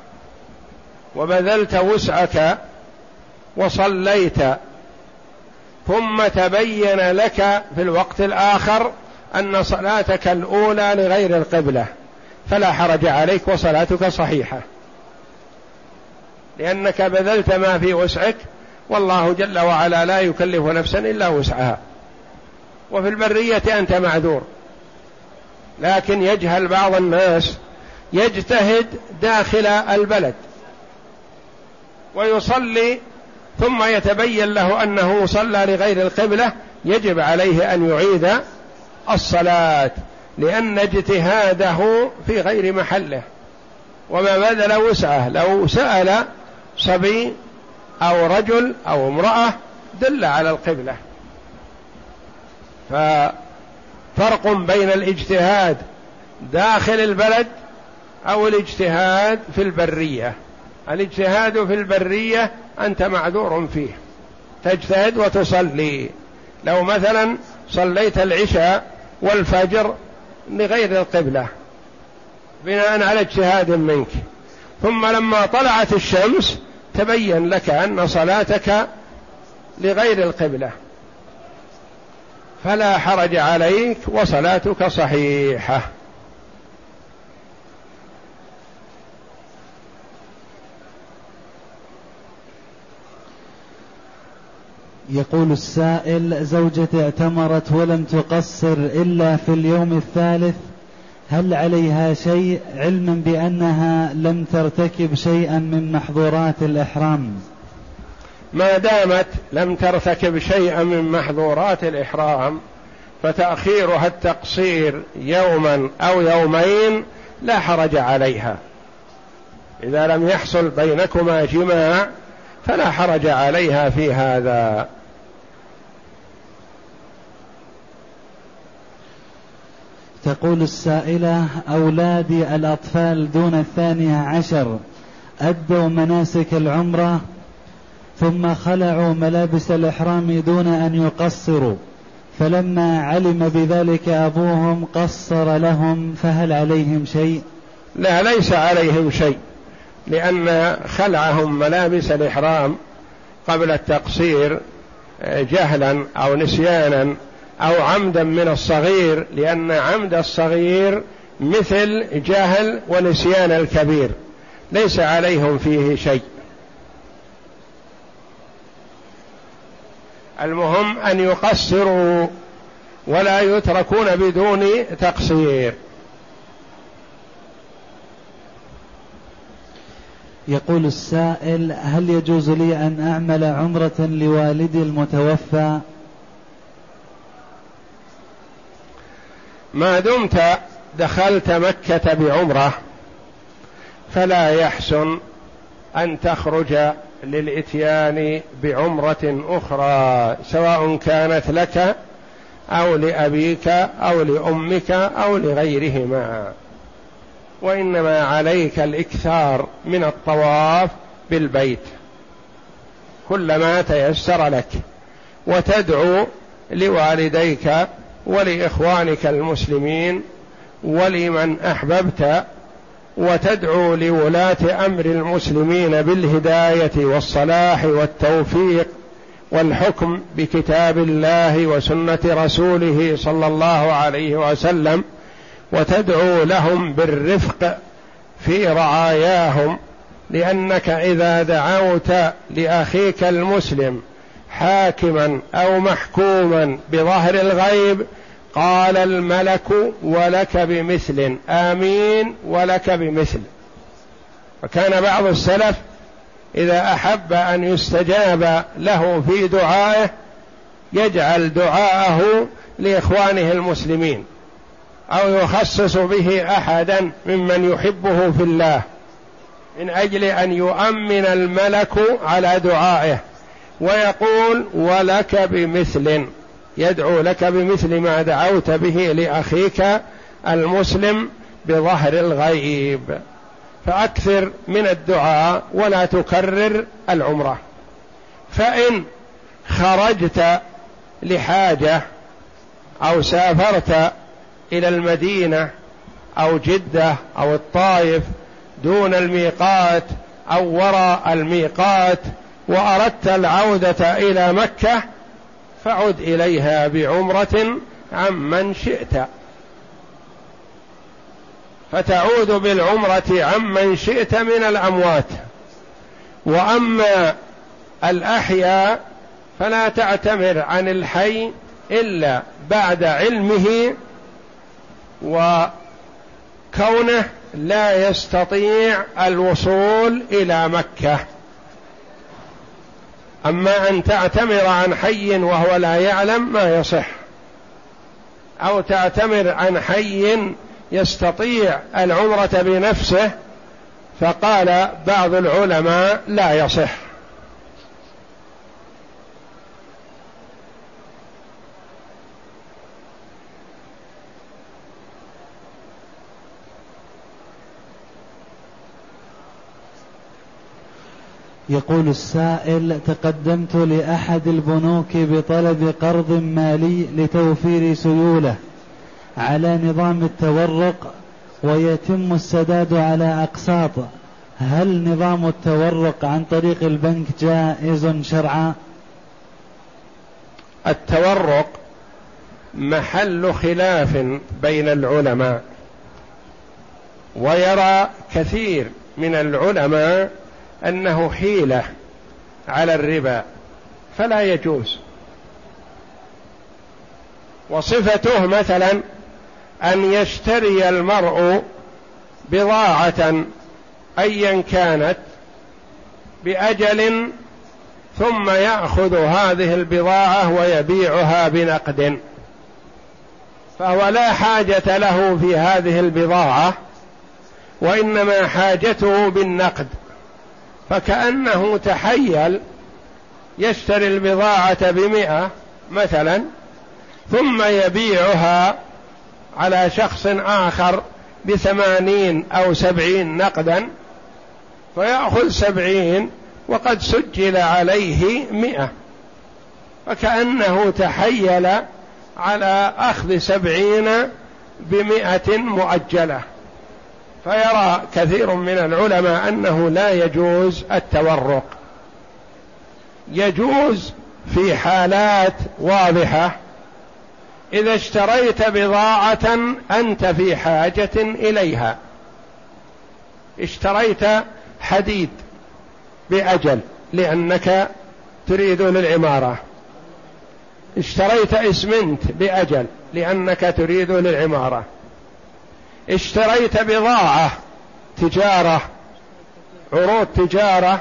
وبذلت وسعك وصليت ثم تبين لك في الوقت الآخر أن صلاتك الأولى لغير القبلة فلا حرج عليك وصلاتك صحيحة، لأنك بذلت ما في وسعك، والله جل وعلا لا يكلف نفسا إلا وسعها. وفي البرية أنت معذور، لكن يجهل بعض الناس يجتهد داخل البلد ويصلي ثم يتبين له أنه صلى لغير القبلة، يجب عليه أن يعيد الصلاة، لأن اجتهاده في غير محله وما بذل وسعه. لو سأل صبي أو رجل أو امرأة دل على القبلة. ففرق بين الاجتهاد داخل البلد أو الاجتهاد في البرية. الاجتهاد في البرية أنت معذور فيه، تجتهد وتصلي. لو مثلا صليت العشاء والفجر لغير القبلة بناء على اجتهاد منك، ثم لما طلعت الشمس تبين لك أن صلاتك لغير القبلة، فلا حرج عليك وصلاتك صحيحة. يقول السائل: زوجتي اعتمرت ولم تقصر إلا في اليوم الثالث، هل عليها شيء علما بأنها لم ترتكب شيئا من محظورات الإحرام؟ ما دامت لم ترتكب شيئا من محظورات الإحرام فتأخيرها التقصير يوما أو يومين لا حرج عليها. إذا لم يحصل بينكما جماع فلا حرج عليها في هذا. تقول السائلة: أولادي الأطفال دون الثانية عشر أدوا مناسك العمرة ثم خلعوا ملابس الإحرام دون أن يقصروا، فلما علم بذلك أبوهم قصر لهم، فهل عليهم شيء؟ لا، ليس عليهم شيء، لأن خلعهم ملابس الإحرام قبل التقصير جهلا أو نسيانا أو عمدا من الصغير، لأن عمد الصغير مثل جهل ونسيان الكبير، ليس عليهم فيه شيء. المهم أن يقصروا ولا يتركون بدون تقصير. يقول السائل: هل يجوز لي أن أعمل عمرة لوالدي المتوفى؟ ما دمت دخلت مكة بعمرة فلا يحسن أن تخرج للإتيان بعمرة أخرى، سواء كانت لك أو لأبيك أو لأمك أو لغيرهما. وإنما عليك الإكثار من الطواف بالبيت كلما تيسر لك، وتدعو لوالديك ولإخوانك المسلمين ولمن أحببت، وتدعو لولاة أمر المسلمين بالهداية والصلاح والتوفيق والحكم بكتاب الله وسنة رسوله صلى الله عليه وسلم، وتدعو لهم بالرفق في رعاياهم، لأنك إذا دعوت لأخيك المسلم حاكما أو محكوما بظهر الغيب قال الملك ولك بمثل، آمين ولك بمثل. وكان بعض السلف إذا أحب أن يستجاب له في دعائه يجعل دعاءه لإخوانه المسلمين، أو يخصص به أحدا ممن يحبه في الله من أجل أن يؤمن الملك على دعائه، ويقول ولك بمثل، يدعو لك بمثل ما دعوت به لأخيك المسلم بظهر الغيب. فأكثر من الدعاء ولا تكرر العمرة. فإن خرجت لحاجة أو سافرت إلى المدينة أو جدة أو الطائف دون الميقات أو وراء الميقات وأردت العودة إلى مكة فعد إليها بعمرة عمن شئت، فتعود بالعمرة عمن شئت من الأموات. وأما الأحياء فلا تعتمر عن الحي إلا بعد علمه وكونه لا يستطيع الوصول إلى مكة. أما أن تعتمر عن حي وهو لا يعلم ما يصح، أو تعتمر عن حي يستطيع العمرة بنفسه، فقال بعض العلماء لا يصح. يقول السائل: تقدمت لأحد البنوك بطلب قرض مالي لتوفير سيولة على نظام التورق ويتم السداد على أقساط، هل نظام التورق عن طريق البنك جائز شرعا؟ التورق محل خلاف بين العلماء، ويرى كثير من العلماء أنه حيلة على الربا فلا يجوز. وصفته مثلا أن يشتري المرء بضاعة أيا كانت بأجل ثم يأخذ هذه البضاعة ويبيعها بنقد، فهو لا حاجة له في هذه البضاعة وإنما حاجته بالنقد، فكأنه تحيل يشتري البضاعة بمئة مثلا ثم يبيعها على شخص آخر بثمانين أو سبعين نقدا، فيأخذ سبعين وقد سجل عليه مئة، فكأنه تحيل على أخذ سبعين بمئة مؤجلة. فيرى كثير من العلماء أنه لا يجوز التورق. يجوز في حالات واضحة، إذا اشتريت بضاعة أنت في حاجة إليها، اشتريت حديد بأجل لأنك تريد للعمارة، اشتريت إسمنت بأجل لأنك تريد للعمارة، اشتريت بضاعة تجارة عروض تجارة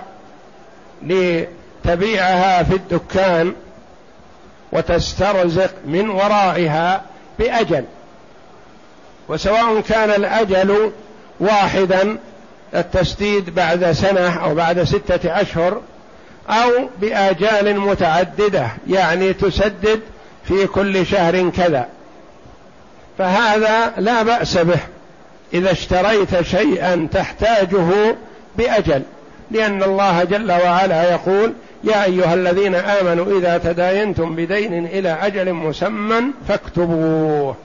لتبيعها في الدكان وتسترزق من ورائها بأجل، وسواء كان الأجل واحدا التسديد بعد سنة أو بعد ستة أشهر أو بآجال متعددة، يعني تسدد في كل شهر كذا، فهذا لا بأس به إذا اشتريت شيئا تحتاجه بأجل، لأن الله جل وعلا يقول: يا أيها الذين آمنوا إذا تداينتم بدين إلى أجل مسمى فاكتبوه.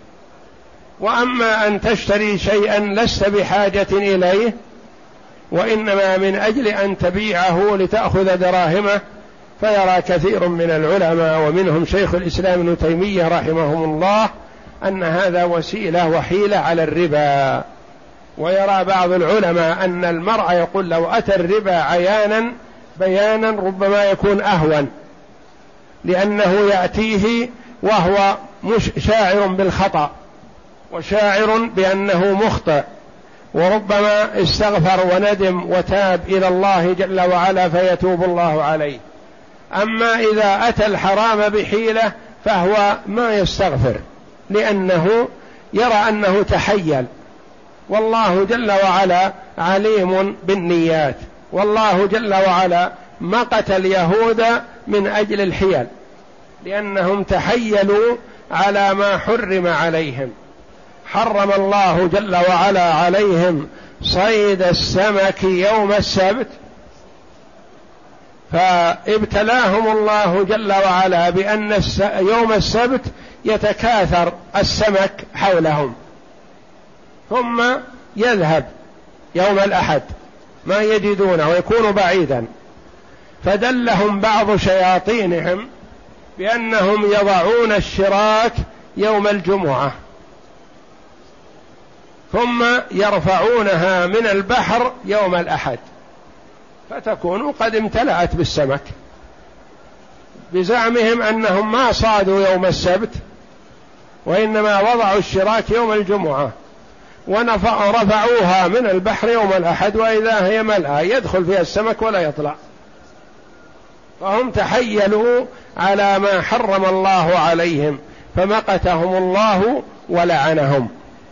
وأما أن تشتري شيئا لست بحاجة إليه وإنما من أجل أن تبيعه لتأخذ دراهمه، فيرى كثير من العلماء ومنهم شيخ الإسلام ابن تيمية رحمهم الله أن هذا وسيلة وحيلة على الربا. ويرى بعض العلماء أن المرء يقول لو أتى الربا عيانا بيانا ربما يكون أهون، لأنه يأتيه وهو مش شاعر بالخطأ وشاعر بأنه مخطئ، وربما استغفر وندم وتاب إلى الله جل وعلا فيتوب الله عليه. أما إذا أتى الحرام بحيلة فهو ما يستغفر، لأنه يرى أنه تحيل، والله جل وعلا عليم بالنيات، والله جل وعلا مقت اليهود من أجل الحيل، لأنهم تحيلوا على ما حرم عليهم. حرم الله جل وعلا عليهم صيد السمك يوم السبت، فابتلاهم الله جل وعلا بأن يوم السبت يتكاثر السمك حولهم، ثم يذهب يوم الأحد ما يجدونه ويكون بعيدا، فدلهم بعض شياطينهم بأنهم يضعون الشراك يوم الجمعة ثم يرفعونها من البحر يوم الأحد، فتكون قد امتلأت بالسمك، بزعمهم أنهم ما صادوا يوم السبت وإنما وضعوا الشراك يوم الجمعة ورفعوها من البحر يوم الأحد، وإذا هي ملأى يدخل فيها السمك ولا يطلع. فهم تحيلوا على ما حرم الله عليهم فمقتهم الله ولعنهم.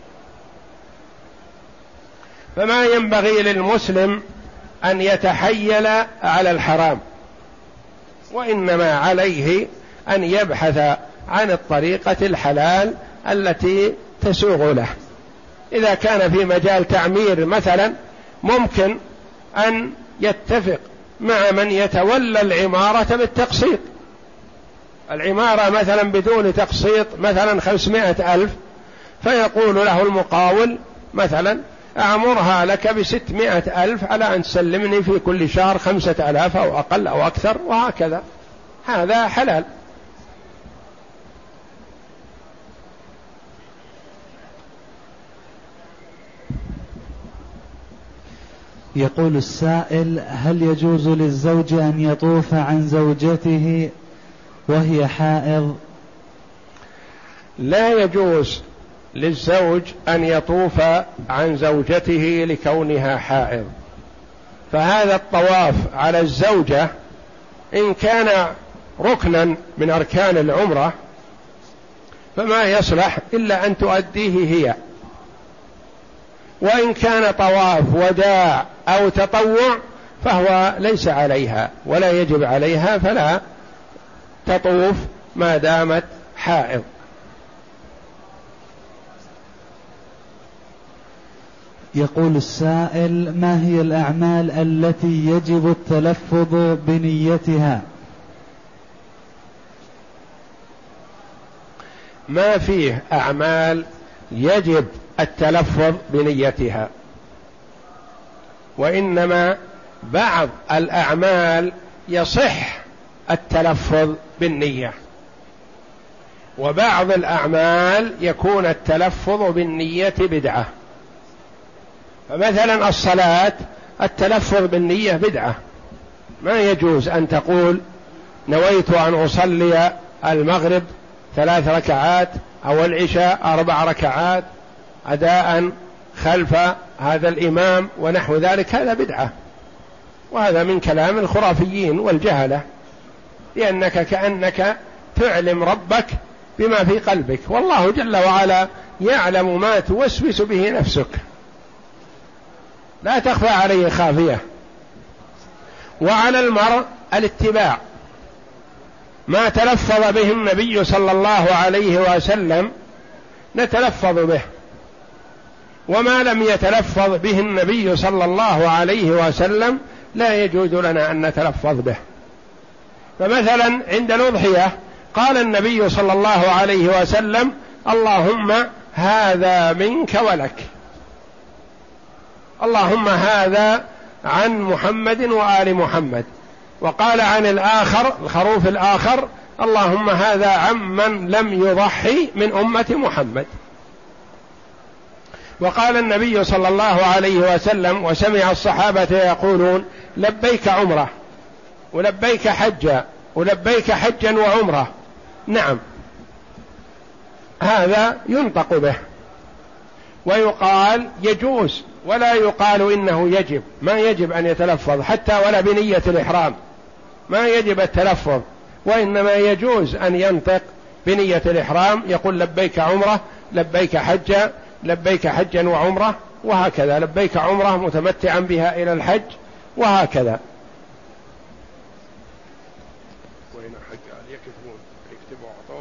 فما ينبغي للمسلم أن يتحيل على الحرام، وإنما عليه أن يبحث عن الطريقة الحلال التي تسوغ له. إذا كان في مجال تعمير مثلا ممكن أن يتفق مع من يتولى العمارة بالتقسيط، العمارة مثلا بدون تقسيط مثلا خمسمائة ألف، فيقول له المقاول مثلا أعمرها لك بستمائة ألف على أن تسلمني في كل شهر خمسة ألاف أو أقل أو أكثر، وهكذا، هذا حلال. يقول السائل: هل يجوز للزوج أن يطوف عن زوجته وهي حائض؟ لا يجوز للزوج أن يطوف عن زوجته لكونها حائض، فهذا الطواف على الزوجة إن كان ركنا من أركان العمرة فما يصلح إلا أن تؤديه هي، وإن كان طواف وداع أو تطوع فهو ليس عليها ولا يجب عليها، فلا تطوف ما دامت حائض. يقول السائل: ما هي الأعمال التي يجب التلفظ بنيتها؟ ما فيه أعمال يجب التلفظ بنيتها، وإنما بعض الأعمال يصح التلفظ بالنية، وبعض الأعمال يكون التلفظ بالنية بدعة. فمثلا الصلاة التلفظ بالنية بدعة، ما يجوز أن تقول نويت أن أصلي المغرب ثلاث ركعات أو العشاء أربع ركعات أداء خلف هذا الإمام ونحو ذلك، هذا بدعة، وهذا من كلام الخرافيين والجهلة، لأنك كأنك تعلم ربك بما في قلبك، والله جل وعلا يعلم ما توسوس به نفسك، لا تخفى عليه خافية. وعلى المرء الاتباع، ما تلفظ به النبي صلى الله عليه وسلم نتلفظ به، وما لم يتلفظ به النبي صلى الله عليه وسلم لا يجوز لنا أن نتلفظ به. فمثلا عند الأضحية قال النبي صلى الله عليه وسلم: اللهم هذا منك ولك، اللهم هذا عن محمد وآل محمد. وقال عن الآخر الخروف الآخر: اللهم هذا عمن لم يضحي من أمة محمد. وقال النبي صلى الله عليه وسلم وسمع الصحابة يقولون: لبيك عمرة ولبيك حجا ولبيك حجا وعمرة. نعم، هذا ينطق به ويقال يجوز، ولا يقال إنه يجب، ما يجب أن يتلفظ حتى ولا بنية الإحرام، ما يجب التلفظ، وإنما يجوز أن ينطق بنية الإحرام، يقول: لبيك عمرة، لبيك حجا، لبيك حجا وعمرة، وهكذا، لبيك عمرة متمتعا بها إلى الحج، وهكذا. وين حق يكتبون يكتبوا عطوب.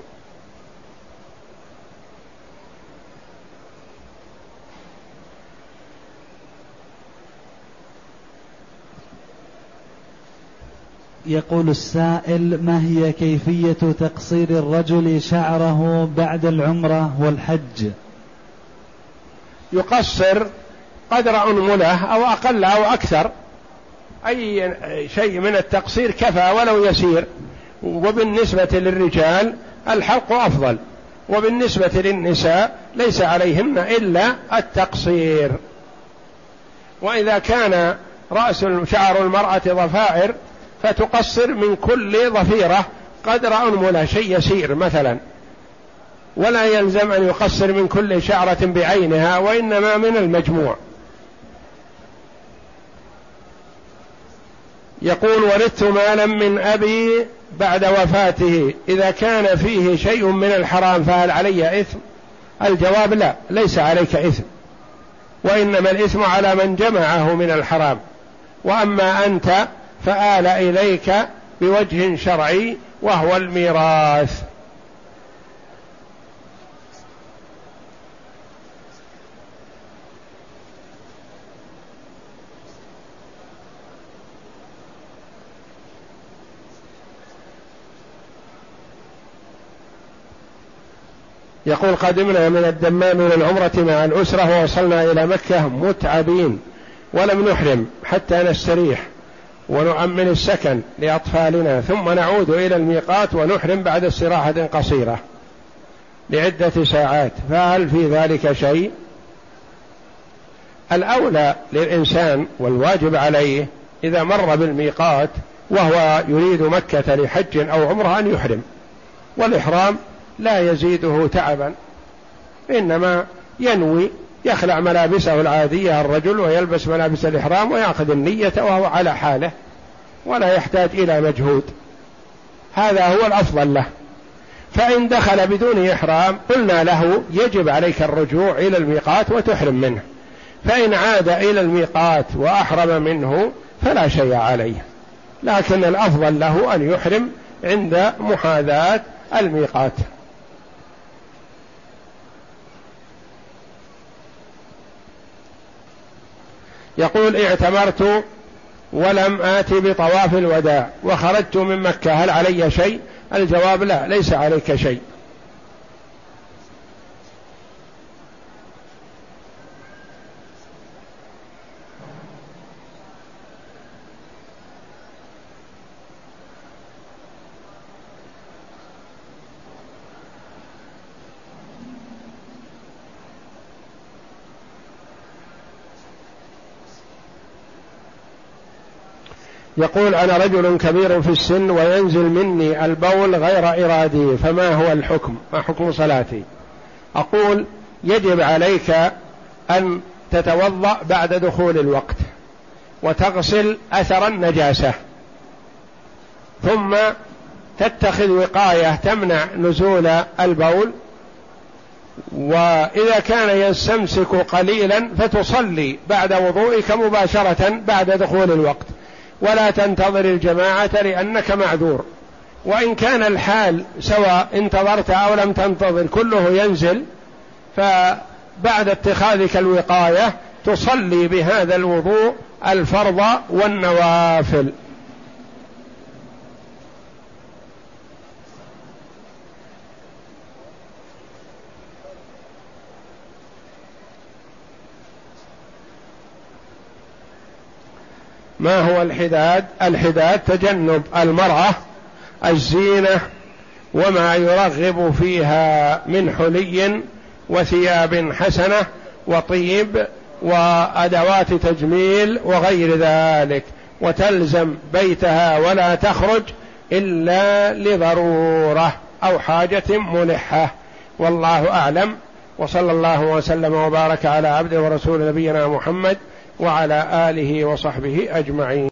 يقول السائل: ما هي كيفية تقصير الرجل شعره بعد العمرة والحج؟ يقصر قدر أنملة أو أقل أو أكثر، أي شيء من التقصير كفى ولو يسير. وبالنسبة للرجال الحلق أفضل، وبالنسبة للنساء ليس عليهن إلا التقصير. وإذا كان رأس شعر المرأة ضفائر فتقصر من كل ضفيرة قدر أنملة، شيء يسير مثلا، ولا يلزم أن يقصر من كل شعرة بعينها، وإنما من المجموع. يقول: ورثت مالا من أبي بعد وفاته، إذا كان فيه شيء من الحرام فهل علي إثم؟ الجواب: لا، ليس عليك إثم، وإنما الإثم على من جمعه من الحرام، وأما أنت فآل إليك بوجه شرعي وهو الميراث. يقول: قدمنا من الدمام من العمرة مع الأسرة ووصلنا إلى مكة متعبين ولم نحرم حتى نستريح ونؤمن السكن لأطفالنا، ثم نعود إلى الميقات ونحرم بعد استراحة قصيرة لعدة ساعات، فهل في ذلك شيء؟ الأولى للإنسان والواجب عليه إذا مر بالميقات وهو يريد مكة لحج أو عمره أن يحرم، والإحرام لا يزيده تعبا، إنما ينوي يخلع ملابسه العادية الرجل ويلبس ملابس الإحرام ويأخذ النية وهو على حاله ولا يحتاج إلى مجهود، هذا هو الأفضل له. فإن دخل بدون إحرام قلنا له: يجب عليك الرجوع إلى الميقات وتحرم منه، فإن عاد إلى الميقات وأحرم منه فلا شيء عليه، لكن الأفضل له أن يحرم عند محاذاة الميقات. يقول: اعتمرت ولم آت بطواف الوداع وخرجت من مكة، هل علي شيء؟ الجواب: لا، ليس عليك شيء. يقول: أنا رجل كبير في السن وينزل مني البول غير إرادي، فما هو الحكم؟ ما حكم صلاتي؟ أقول: يجب عليك أن تتوضأ بعد دخول الوقت وتغسل أثر النجاسة، ثم تتخذ وقاية تمنع نزول البول، وإذا كان يستمسك قليلا فتصلي بعد وضوئك مباشرة بعد دخول الوقت، ولا تنتظر الجماعة لأنك معذور. وإن كان الحال سواء انتظرت أو لم تنتظر كله ينزل، بعد اتخاذك الوقاية تصلي بهذا الوضوء الفرض والنوافل. ما هو الحداد؟ الحداد تجنب المرأة الزينة وما يرغب فيها من حلي وثياب حسنة وطيب وأدوات تجميل وغير ذلك، وتلزم بيتها ولا تخرج إلا لضرورة أو حاجة ملحة. والله أعلم، وصلى الله وسلم وبارك على عبده ورسول نبينا محمد وعلى آله وصحبه أجمعين.